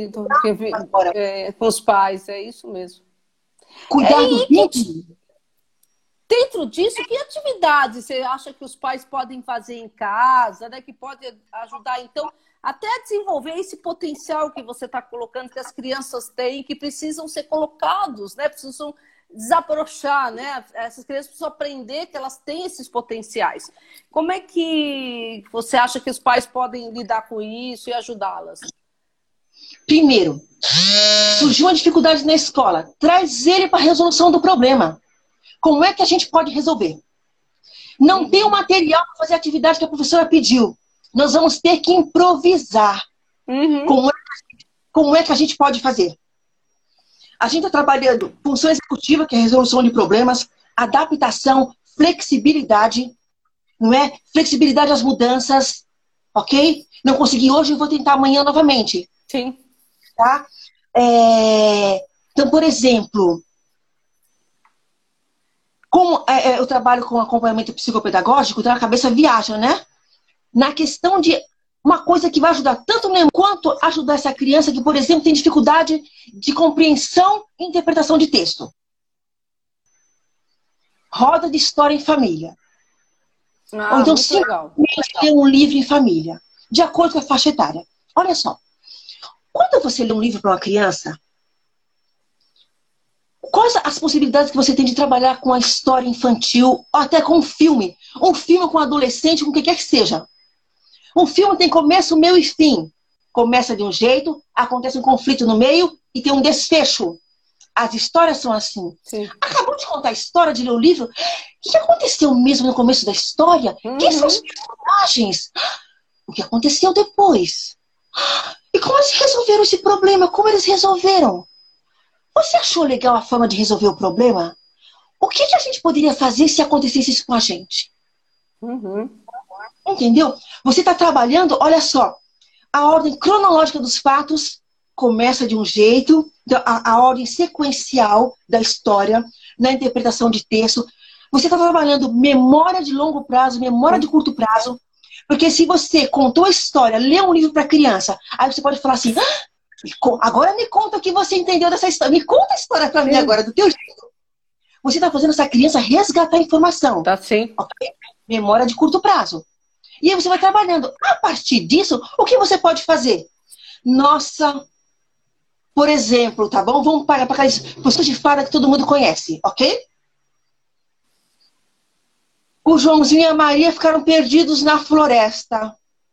com os pais. É isso mesmo. Cuidar do vínculo. Dentro disso, que atividades você acha que os pais podem fazer em casa, né? Que pode ajudar, então, até a desenvolver esse potencial que você está colocando, que as crianças têm, que precisam ser colocados, né? Precisam desabrochar, né? Essas crianças precisam aprender que elas têm esses potenciais. Como é que você acha que os pais podem lidar com isso e ajudá-las? Primeiro, surgiu uma dificuldade na escola. Traz ele para a resolução do problema. Como é que a gente pode resolver? Não tem o material para fazer a atividade que a professora pediu. Nós vamos ter que improvisar. Como é que a gente pode fazer? A gente está trabalhando função executiva, que é a resolução de problemas, adaptação, flexibilidade, não é? Flexibilidade às mudanças, ok? Não consegui hoje, eu vou tentar amanhã novamente. Sim. Tá? Então, por exemplo, como eu trabalho com acompanhamento psicopedagógico, então a cabeça viaja, né? Na questão de uma coisa que vai ajudar tanto mesmo quanto ajudar essa criança que, por exemplo, tem dificuldade de compreensão e interpretação de texto. Roda de história em família. Ou então, simplesmente ler um livro em família, de acordo com a faixa etária. Olha só, quando você lê um livro para uma criança, quais as possibilidades que você tem de trabalhar com a história infantil, ou até com um filme com adolescente, com o que quer que seja? Um filme tem começo, meio e fim. Começa de um jeito, acontece um conflito no meio e tem um desfecho. As histórias são assim. Sim. Acabou de contar a história, de ler o livro. O que aconteceu mesmo no começo da história? Quem são os personagens? O que aconteceu depois? E como eles resolveram esse problema? Como eles resolveram? Você achou legal a forma de resolver o problema? O que a gente poderia fazer se acontecesse isso com a gente? Entendeu? Você está trabalhando, olha só, a ordem cronológica dos fatos começa de um jeito, a ordem sequencial da história, na interpretação de texto. Você está trabalhando memória de longo prazo, memória de curto prazo, porque se você contou a história, leu um livro para criança, aí você pode falar assim, agora me conta o que você entendeu dessa história, me conta a história para mim agora, do teu jeito. Você está fazendo essa criança resgatar a informação. Tá sim. Okay? Memória de curto prazo. E aí você vai trabalhando. A partir disso, o que você pode fazer? Nossa, por exemplo, tá bom? Vamos para aquelas pessoas de fada que todo mundo conhece, ok? O Joãozinho e a Maria ficaram perdidos na floresta.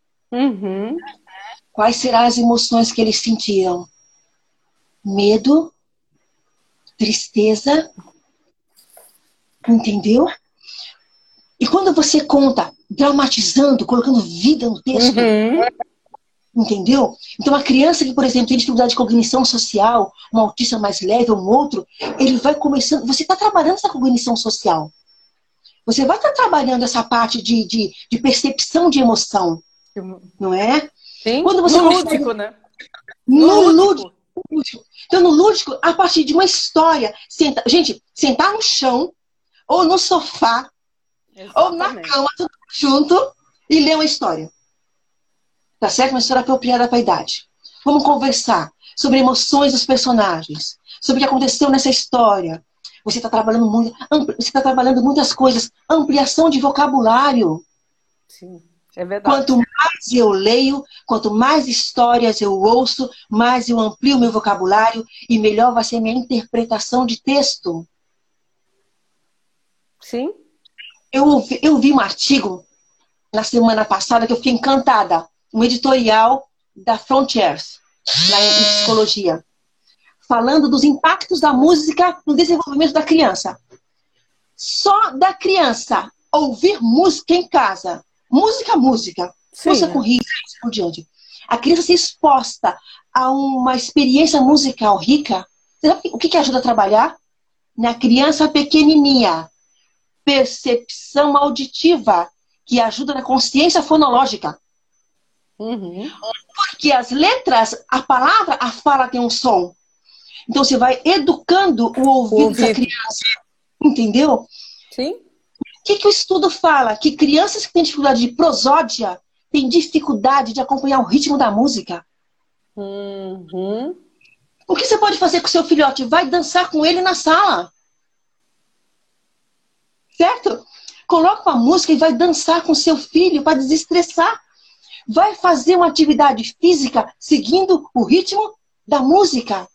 Quais serão as emoções que eles sentiram? Medo, tristeza, Entendeu? E quando você conta, dramatizando, colocando vida no texto, entendeu? Então, a criança que, por exemplo, tem dificuldade de cognição social, um autista mais leve ou um outro, ele vai começando. Você está trabalhando essa cognição social. Você vai estar trabalhando essa parte de percepção de emoção, não é? Sim, Quando você no lúdico, né? No lúdico. Então, no lúdico, a partir de uma história, gente, sentar no chão, ou no sofá, ou na cama, tudo junto, e ler uma história. Tá certo? Uma história apropriada para a idade. Vamos conversar sobre emoções dos personagens, sobre o que aconteceu nessa história. Você está trabalhando muito, você está trabalhando muitas coisas, ampliação de vocabulário. Sim, é verdade. Quanto mais eu leio, quanto mais histórias eu ouço, mais eu amplio meu vocabulário e melhor vai ser minha interpretação de texto. Sim. Eu vi um artigo na semana passada que eu fiquei encantada. Um editorial da Frontiers, lá em psicologia, falando dos impactos da música no desenvolvimento da criança. Só da criança ouvir música em casa. Música. Sim, Música com ritmo, por diante. A criança ser exposta a uma experiência musical rica. Sabe o que ajuda a trabalhar? Na criança pequenininha. Percepção auditiva, que ajuda na consciência fonológica. Porque as letras, a palavra, a fala tem um som. Então você vai educando o ouvido da criança. Entendeu? Sim. O que o estudo fala? Que crianças que têm dificuldade de prosódia têm dificuldade de acompanhar o ritmo da música. O que você pode fazer com o seu filhote? Vai dançar com ele na sala. Certo? Coloca uma música e vai dançar com seu filho para desestressar. Vai fazer uma atividade física seguindo o ritmo da música.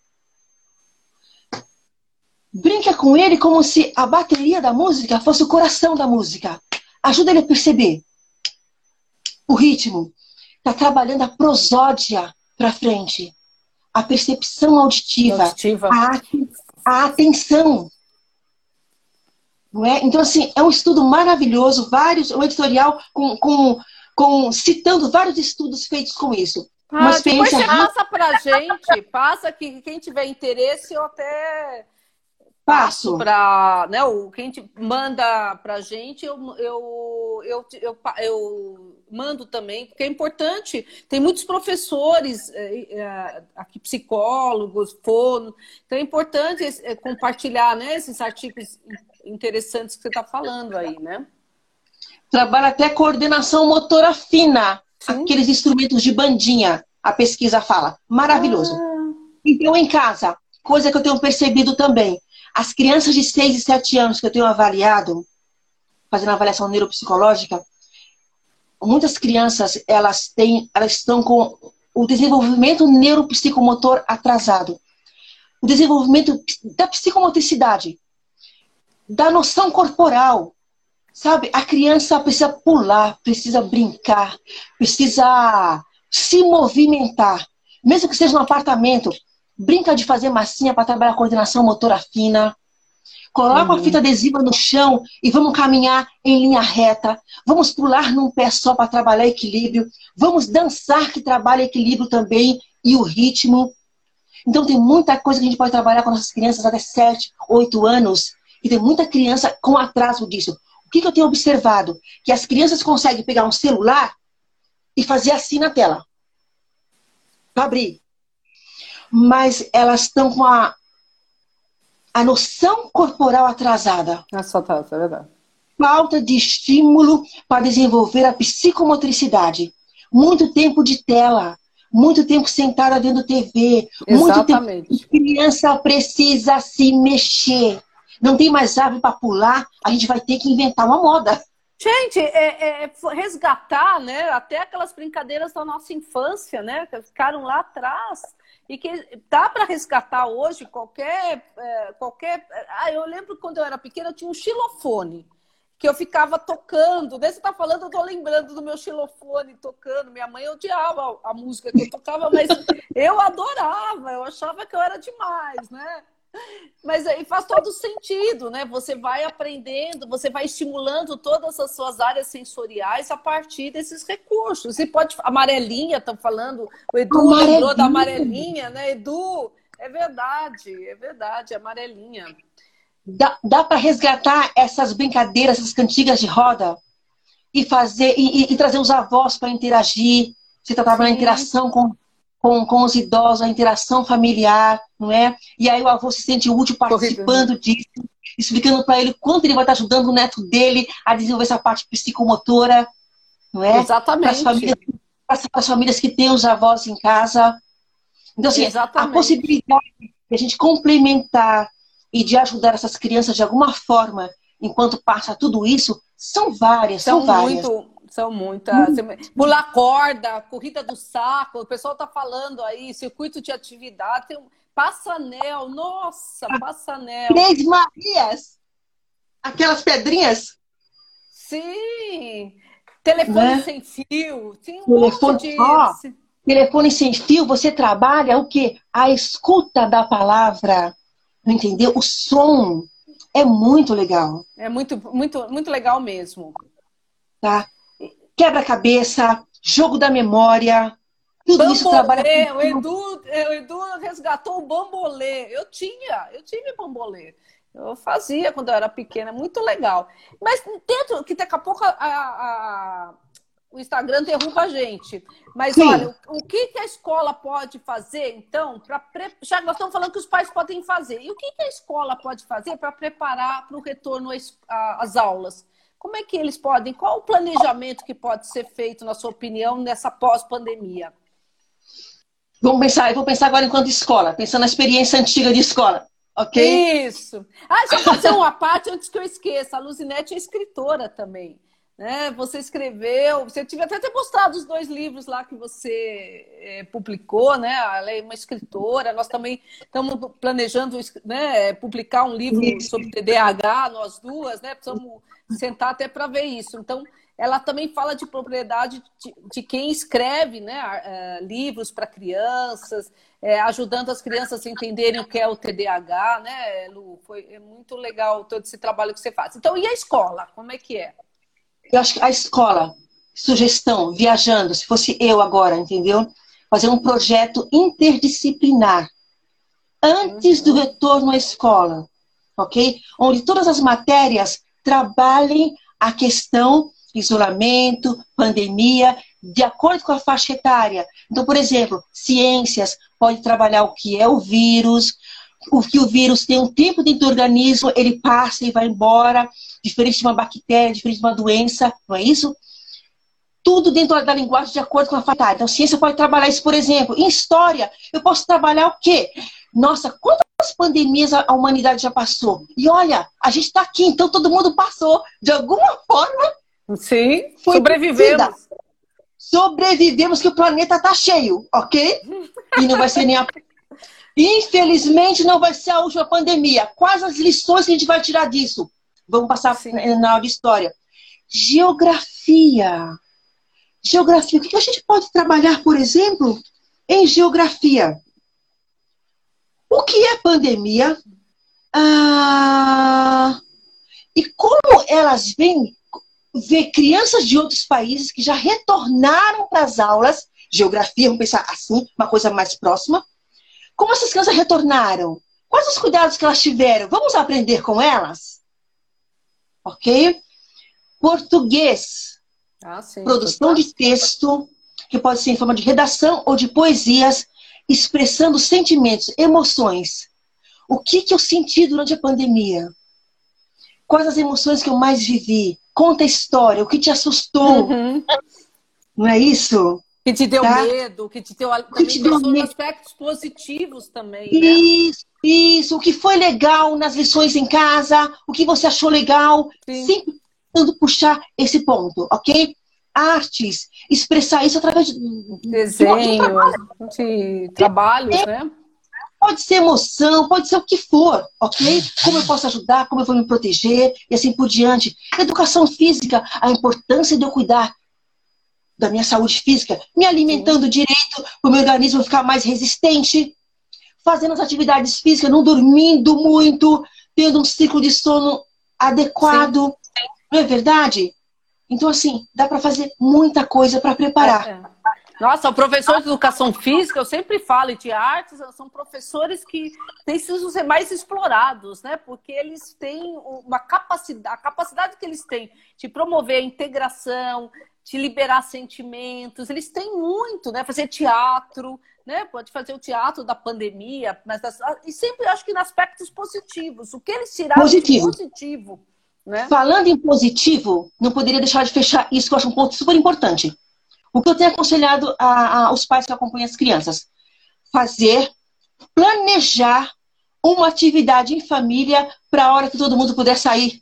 Brinca com ele como se a bateria da música fosse o coração da música. Ajuda ele a perceber o ritmo. Está trabalhando a prosódia para frente. A percepção auditiva. A atenção. Não é? Então, assim, é um estudo maravilhoso. Um editorial citando vários estudos feitos com isso. Uma depois experiência você passa pra gente. Passa que quem tiver interesse, eu até... Passo. Para, né, quem manda pra gente, eu mando também, porque é importante. Tem muitos professores aqui, psicólogos, fono. Então é importante compartilhar, né, esses artigos interessantes que você está falando aí, né? Trabalha até coordenação motora fina. Sim. Aqueles instrumentos de bandinha, a pesquisa fala. Maravilhoso. Então, em casa, coisa que eu tenho percebido também. As crianças de 6 e 7 anos que eu tenho avaliado, fazendo avaliação neuropsicológica, muitas crianças, elas estão com o desenvolvimento neuropsicomotor atrasado. O desenvolvimento da psicomotricidade, da noção corporal. Sabe, a criança precisa pular, precisa brincar, precisa se movimentar. Mesmo que seja no apartamento, brinca de fazer massinha para trabalhar a coordenação motora fina. Coloca uma fita adesiva no chão e vamos caminhar em linha reta. Vamos pular num pé só para trabalhar equilíbrio. Vamos dançar que trabalha equilíbrio também e o ritmo. Então tem muita coisa que a gente pode trabalhar com nossas crianças até 7, 8 anos. E tem muita criança com atraso disso. O que eu tenho observado? Que as crianças conseguem pegar um celular e fazer assim na tela. Para abrir. Mas elas estão com a noção corporal atrasada. Só tá, é verdade. Falta de estímulo para desenvolver a psicomotricidade. Muito tempo de tela. Muito tempo sentada vendo TV. Exatamente. Muito tempo. A criança precisa se mexer. Não tem mais árvore para pular. A gente vai ter que inventar uma moda. Gente, resgatar, né? Até aquelas brincadeiras da nossa infância, né? Que ficaram lá atrás. E que dá para resgatar hoje qualquer... eu lembro quando eu era pequena, eu tinha um xilofone, que eu ficava tocando. Daí você tá falando, eu tô lembrando do meu xilofone tocando. Minha mãe odiava a música que eu tocava, mas eu adorava, eu achava que eu era demais, né? Mas aí faz todo sentido, né? Você vai aprendendo, você vai estimulando todas as suas áreas sensoriais a partir desses recursos. E pode, amarelinha, estão falando, o Edu lembrou da amarelinha, né? Edu, é verdade, amarelinha. Dá para resgatar essas brincadeiras, essas cantigas de roda e fazer e trazer os avós para interagir. Você está trabalhando a interação com os idosos, a interação familiar, não é? E aí o avô se sente útil participando disso, explicando para ele quanto ele vai estar ajudando o neto dele a desenvolver essa parte psicomotora, não é? Exatamente. Para as famílias que têm os avós em casa. Então, assim, a possibilidade de a gente complementar e de ajudar essas crianças de alguma forma, enquanto passa tudo isso, são várias, são várias. São muitas. Pular corda, corrida do saco, o pessoal está falando aí, circuito de atividade, tem passanel, nossa, passanel. Três Marias, aquelas pedrinhas. Sim, telefone sem fio, tem um monte de... Telefone sem fio, você trabalha o quê? A escuta da palavra, entendeu? O som é muito legal. É muito legal mesmo. Tá? Quebra-cabeça, jogo da memória, tudo bambolê, isso trabalha. O Edu resgatou o bambolê. Eu tive bambolê. Eu fazia quando eu era pequena, muito legal. Mas dentro, que daqui a pouco o Instagram derruba a gente. Mas sim, olha, o que a escola pode fazer, então, já nós estamos falando que os pais podem fazer. E o que a escola pode fazer para preparar para o retorno às aulas? Como é que eles podem? Qual o planejamento que pode ser feito, na sua opinião, nessa pós-pandemia? Eu vou pensar agora enquanto escola, pensando na experiência antiga de escola, ok? Isso. Deixa eu fazer uma parte antes que eu esqueça. A Luzinete é escritora também, né? Você escreveu, você tinha até mostrado os 2 livros lá que você publicou, né? Ela é uma escritora, nós também estamos planejando, né, publicar um livro sobre TDAH, nós duas, né? Precisamos sentar até para ver isso. Então, ela também fala de propriedade de quem escreve, né, livros para crianças, ajudando as crianças a entenderem o que é o TDAH, né, Lu? É muito legal todo esse trabalho que você faz. Então, e a escola? Como é que é? Eu acho que a escola, sugestão, viajando, se fosse eu agora, entendeu? Fazer um projeto interdisciplinar antes do retorno à escola, ok? Onde todas as matérias trabalhem a questão isolamento, pandemia, de acordo com a faixa etária. Então, por exemplo, ciências pode trabalhar o que é o vírus, o que o vírus tem um tempo dentro do organismo, ele passa e vai embora, diferente de uma bactéria, diferente de uma doença, não é isso? Tudo dentro da linguagem de acordo com a faixa etária. Então, ciência pode trabalhar isso, por exemplo. Em história, eu posso trabalhar o quê? Nossa, quantas pandemias a humanidade já passou? E olha, a gente está aqui, então todo mundo passou. De alguma forma... Sim, sobrevivemos. Sobrevivemos, que o planeta está cheio, ok? E não vai ser nem a... Infelizmente, não vai ser a última pandemia. Quais as lições que a gente vai tirar disso? Vamos passar na aula de história. Geografia. Geografia. O que a gente pode trabalhar, por exemplo, em geografia? O que é pandemia? E como elas vêm ver crianças de outros países que já retornaram para as aulas, geografia, vamos pensar assim, uma coisa mais próxima. Como essas crianças retornaram? Quais os cuidados que elas tiveram? Vamos aprender com elas? Ok? Português. Sim, produção de texto, que pode ser em forma de redação ou de poesias, expressando sentimentos, emoções. O que eu senti durante a pandemia? Quais as emoções que eu mais vivi? Conta a história, o que te assustou. Não é isso? Que te deu medo, que te deu também aspectos positivos também, né? Isso. O que foi legal nas lições em casa, o que você achou legal. Sim. Sempre tentando puxar esse ponto, ok? Artes, expressar isso através de desenhos, de trabalhos, né? Pode ser emoção, pode ser o que for, ok? Como eu posso ajudar, como eu vou me proteger e assim por diante. Educação física, a importância de eu cuidar da minha saúde física, me alimentando direito, para o meu organismo ficar mais resistente. fazendo as atividades físicas, não dormindo muito, tendo um ciclo de sono adequado. Sim. Não é verdade? Então, assim, dá para fazer muita coisa para preparar. Nossa, o professor de educação física, eu sempre falo, e de artes, são professores que precisam ser mais explorados, né? Porque eles têm uma capacidade, a capacidade que eles têm de promover a integração, de liberar sentimentos, eles têm muito, né? Fazer teatro, né? Pode fazer o teatro da pandemia, mas e sempre acho que em aspectos positivos. O que eles tiraram de positivo, né? Falando em positivo, não poderia deixar de fechar isso, que eu acho um ponto super importante. O que eu tenho aconselhado aos pais que acompanham as crianças? Planejar uma atividade em família para a hora que todo mundo puder sair.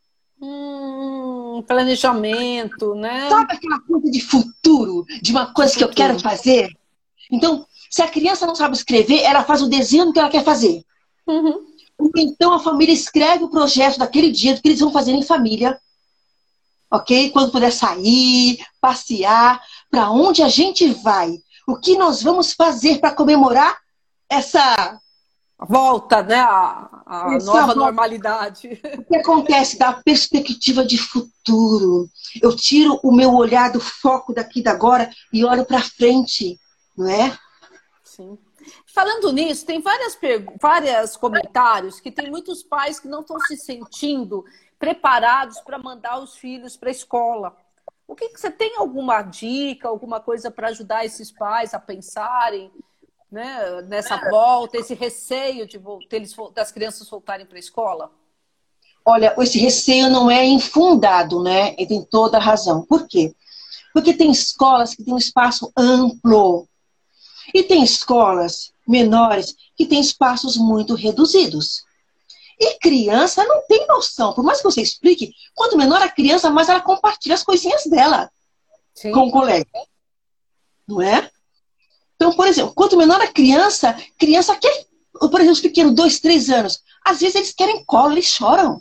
Planejamento, né? Sabe aquela coisa de futuro, de uma coisa que eu quero fazer? Então, se a criança não sabe escrever, ela faz o desenho que ela quer fazer. Então, a família escreve o projeto daquele dia, do que eles vão fazer em família. Ok? Quando puder sair, passear, para onde a gente vai? O que nós vamos fazer para comemorar essa volta, né? A nova normalidade. O que acontece da perspectiva de futuro? Eu tiro o meu olhar do foco daqui da agora e olho para frente, não é? Sim. Falando nisso, tem vários comentários que tem muitos pais que não estão se sentindo preparados para mandar os filhos para a escola. O que você tem alguma dica, alguma coisa para ajudar esses pais a pensarem, né, nessa volta, esse receio das crianças voltarem para a escola? Olha, esse receio não é infundado, né? E tem toda a razão. Por quê? Porque tem escolas que têm um espaço amplo. E tem escolas menores que têm espaços muito reduzidos. E criança não tem noção. Por mais que você explique, quanto menor a criança, mais ela compartilha as coisinhas dela. Sim. Com o colega. Não é? Então, por exemplo, quanto menor a criança quer, por exemplo, os pequenos, 2, 3 anos, às vezes eles querem colo, eles choram.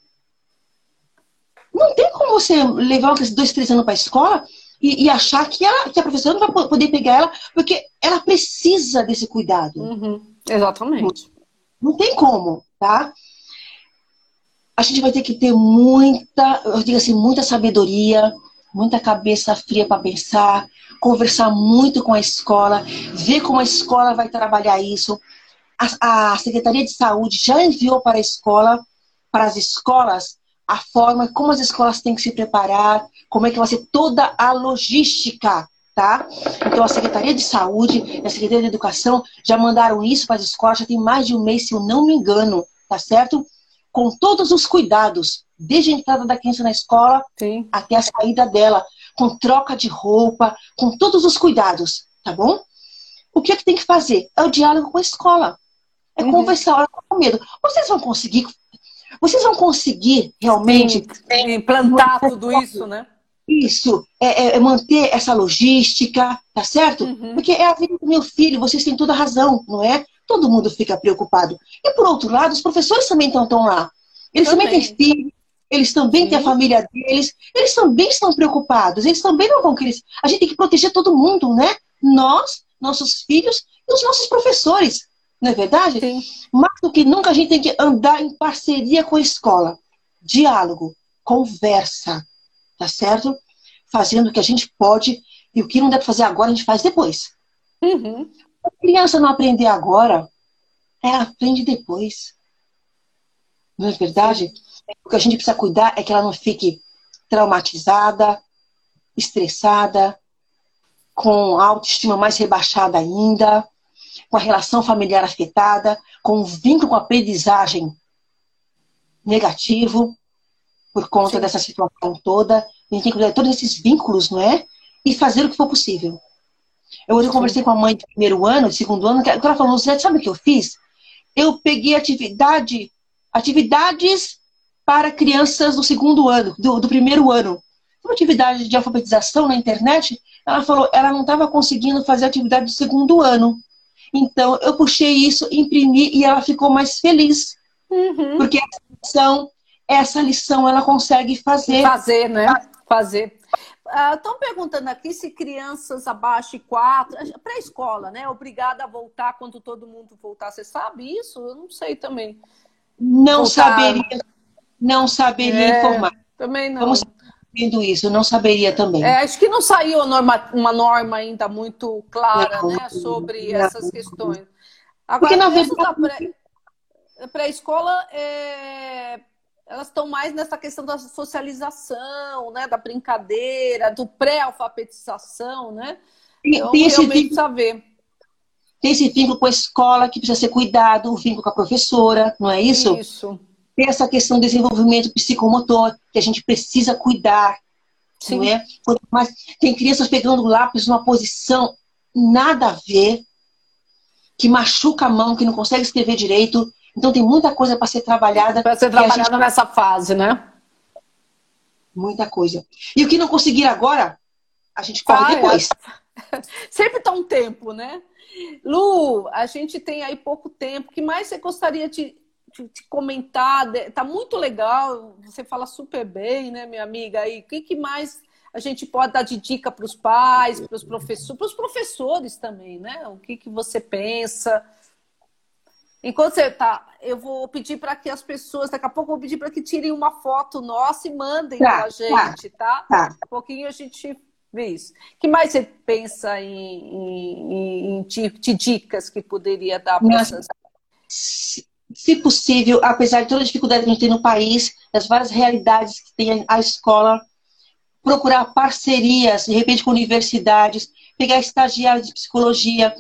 Não tem como você levar uma criança de 2, 3 anos para a escola e achar que a professora não vai poder pegar ela, porque ela precisa desse cuidado. Exatamente. Não tem como, tá? A gente vai ter que ter muita, eu digo assim, muita sabedoria, muita cabeça fria para pensar, conversar muito com a escola, ver como a escola vai trabalhar isso. A Secretaria de Saúde já enviou para a escola, para as escolas, a forma como as escolas têm que se preparar, como é que vai ser toda a logística, tá? Então a Secretaria de Saúde e a Secretaria de Educação já mandaram isso para as escolas, já tem mais de um mês, se eu não me engano, tá certo? Com todos os cuidados, desde a entrada da criança na escola, sim, até a saída dela, com troca de roupa, com todos os cuidados, tá bom? O que é que tem que fazer? É o diálogo com a escola. É conversar com medo. Vocês vão conseguir realmente implantar tudo isso, né? Isso, manter essa logística, tá certo? Porque é a vida do meu filho, vocês têm toda a razão, não é? Todo mundo fica preocupado. E por outro lado, os professores também estão lá. Eles também têm filhos, eles também têm a família deles, eles também estão preocupados, eles também não vão querer. A gente tem que proteger todo mundo, né? Nós, nossos filhos e os nossos professores, não é verdade? Sim. Mais do que nunca a gente tem que andar em parceria com a escola. Diálogo, conversa, tá certo? Fazendo o que a gente pode e o que não deve fazer agora a gente faz depois. A criança não aprender agora, ela aprende depois. Não é verdade? O que a gente precisa cuidar é que ela não fique traumatizada, estressada, com a autoestima mais rebaixada ainda, com a relação familiar afetada, com o vínculo com a aprendizagem negativo, por conta dessa situação toda. A gente tem que cuidar de todos esses vínculos, não é? E fazer o que for possível. Hoje eu conversei com a mãe de primeiro ano, de segundo ano, que ela falou, Zé, sabe o que eu fiz? Eu peguei atividades para crianças do segundo ano, do primeiro ano. Uma atividade de alfabetização na internet, ela falou, ela não estava conseguindo fazer a atividade do segundo ano. Então, eu puxei isso, imprimi e ela ficou mais feliz. Porque essa lição ela consegue fazer. Fazer, né? Fazer. Estão perguntando aqui se crianças abaixo de 4, pré-escola, né? Obrigada a voltar quando todo mundo voltar. Você sabe isso? Eu não sei também. Não Voltar. não saberia informar. Também não. Vamos vendo isso, não saberia também. Acho que não saiu uma norma ainda muito clara, Não, né, sobre não. essas questões. Porque, Agora, na crianças verdade, da pré-escola, elas estão mais nessa questão da socialização, né, da brincadeira, do pré-alfabetização, né? Então, tem realmente precisa ver. esse vínculo com a escola que precisa ser cuidado, o vínculo com a professora, não é isso? Isso. Tem essa questão do desenvolvimento psicomotor, que a gente precisa cuidar, Sim. não é? Mas tem crianças pegando lápis numa posição nada a ver, que machuca a mão, que não consegue escrever direito. Então tem muita coisa para ser trabalhada. Para ser trabalhada nessa fase, né? Muita coisa. E o que não conseguir agora, a gente corre depois. Sempre está um tempo, né? Lu, a gente tem aí pouco tempo. O que mais você gostaria de comentar? Tá muito legal. Você fala super bem, né, minha amiga? E o que mais a gente pode dar de dica para os pais, para os professores também, né? O que você pensa? Enquanto você tá, eu vou pedir para que as pessoas, daqui a pouco eu vou pedir para que tirem uma foto nossa e mandem para a gente, tá? Um pouquinho a gente vê isso. O que mais você pensa em dicas que poderia dar para essas? Se possível, apesar de toda a dificuldade que a gente tem no país, das várias realidades que tem a escola, procurar parcerias, de repente com universidades, pegar estagiários de psicologia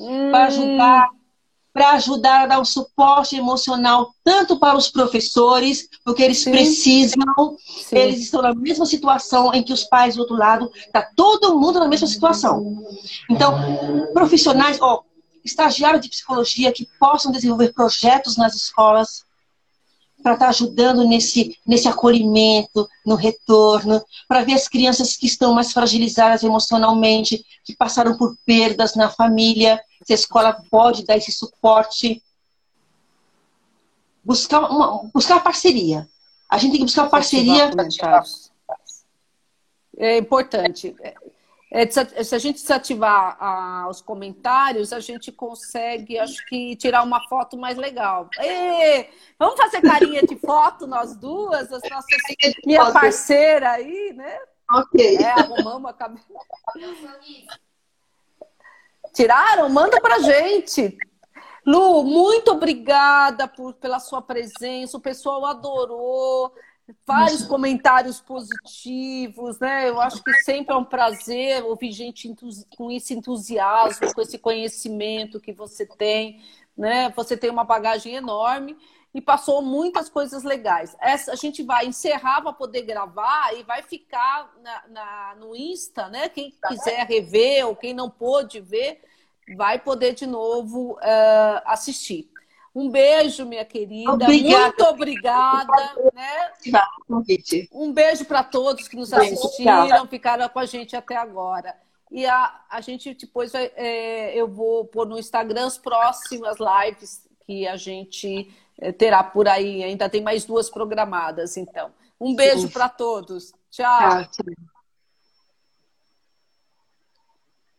para ajudar a dar um suporte emocional tanto para os professores, porque eles precisam, eles estão na mesma situação em que os pais do outro lado, está todo mundo na mesma situação. Então, profissionais, estagiários de psicologia que possam desenvolver projetos nas escolas para estar ajudando nesse acolhimento, no retorno, para ver as crianças que estão mais fragilizadas emocionalmente, que passaram por perdas na família, se a escola pode dar esse suporte. Buscar parceria. A gente tem que buscar parceria. É importante. Se a gente desativar os comentários, a gente consegue, acho que, tirar uma foto mais legal. Vamos fazer carinha de foto, nós duas, minha parceira aí, né? Ok. Arrumamos a cabeça. Tiraram? Manda pra gente. Lu, muito obrigada pela sua presença. O pessoal adorou. Vários comentários positivos, né? Eu acho que sempre é um prazer ouvir gente com esse entusiasmo, com esse conhecimento que você tem, né? Você tem uma bagagem enorme e passou muitas coisas legais. A gente vai encerrar para poder gravar e vai ficar no Insta, né? Quem quiser rever ou quem não pôde ver, vai poder de novo assistir. Um beijo, minha querida. Obrigada. Muito obrigada. Né? Um beijo para todos que nos assistiram, ficaram com a gente até agora. E a gente depois eu vou pôr no Instagram as próximas lives que a gente terá por aí. Ainda tem mais 2 programadas, então. Um beijo para todos. Tchau.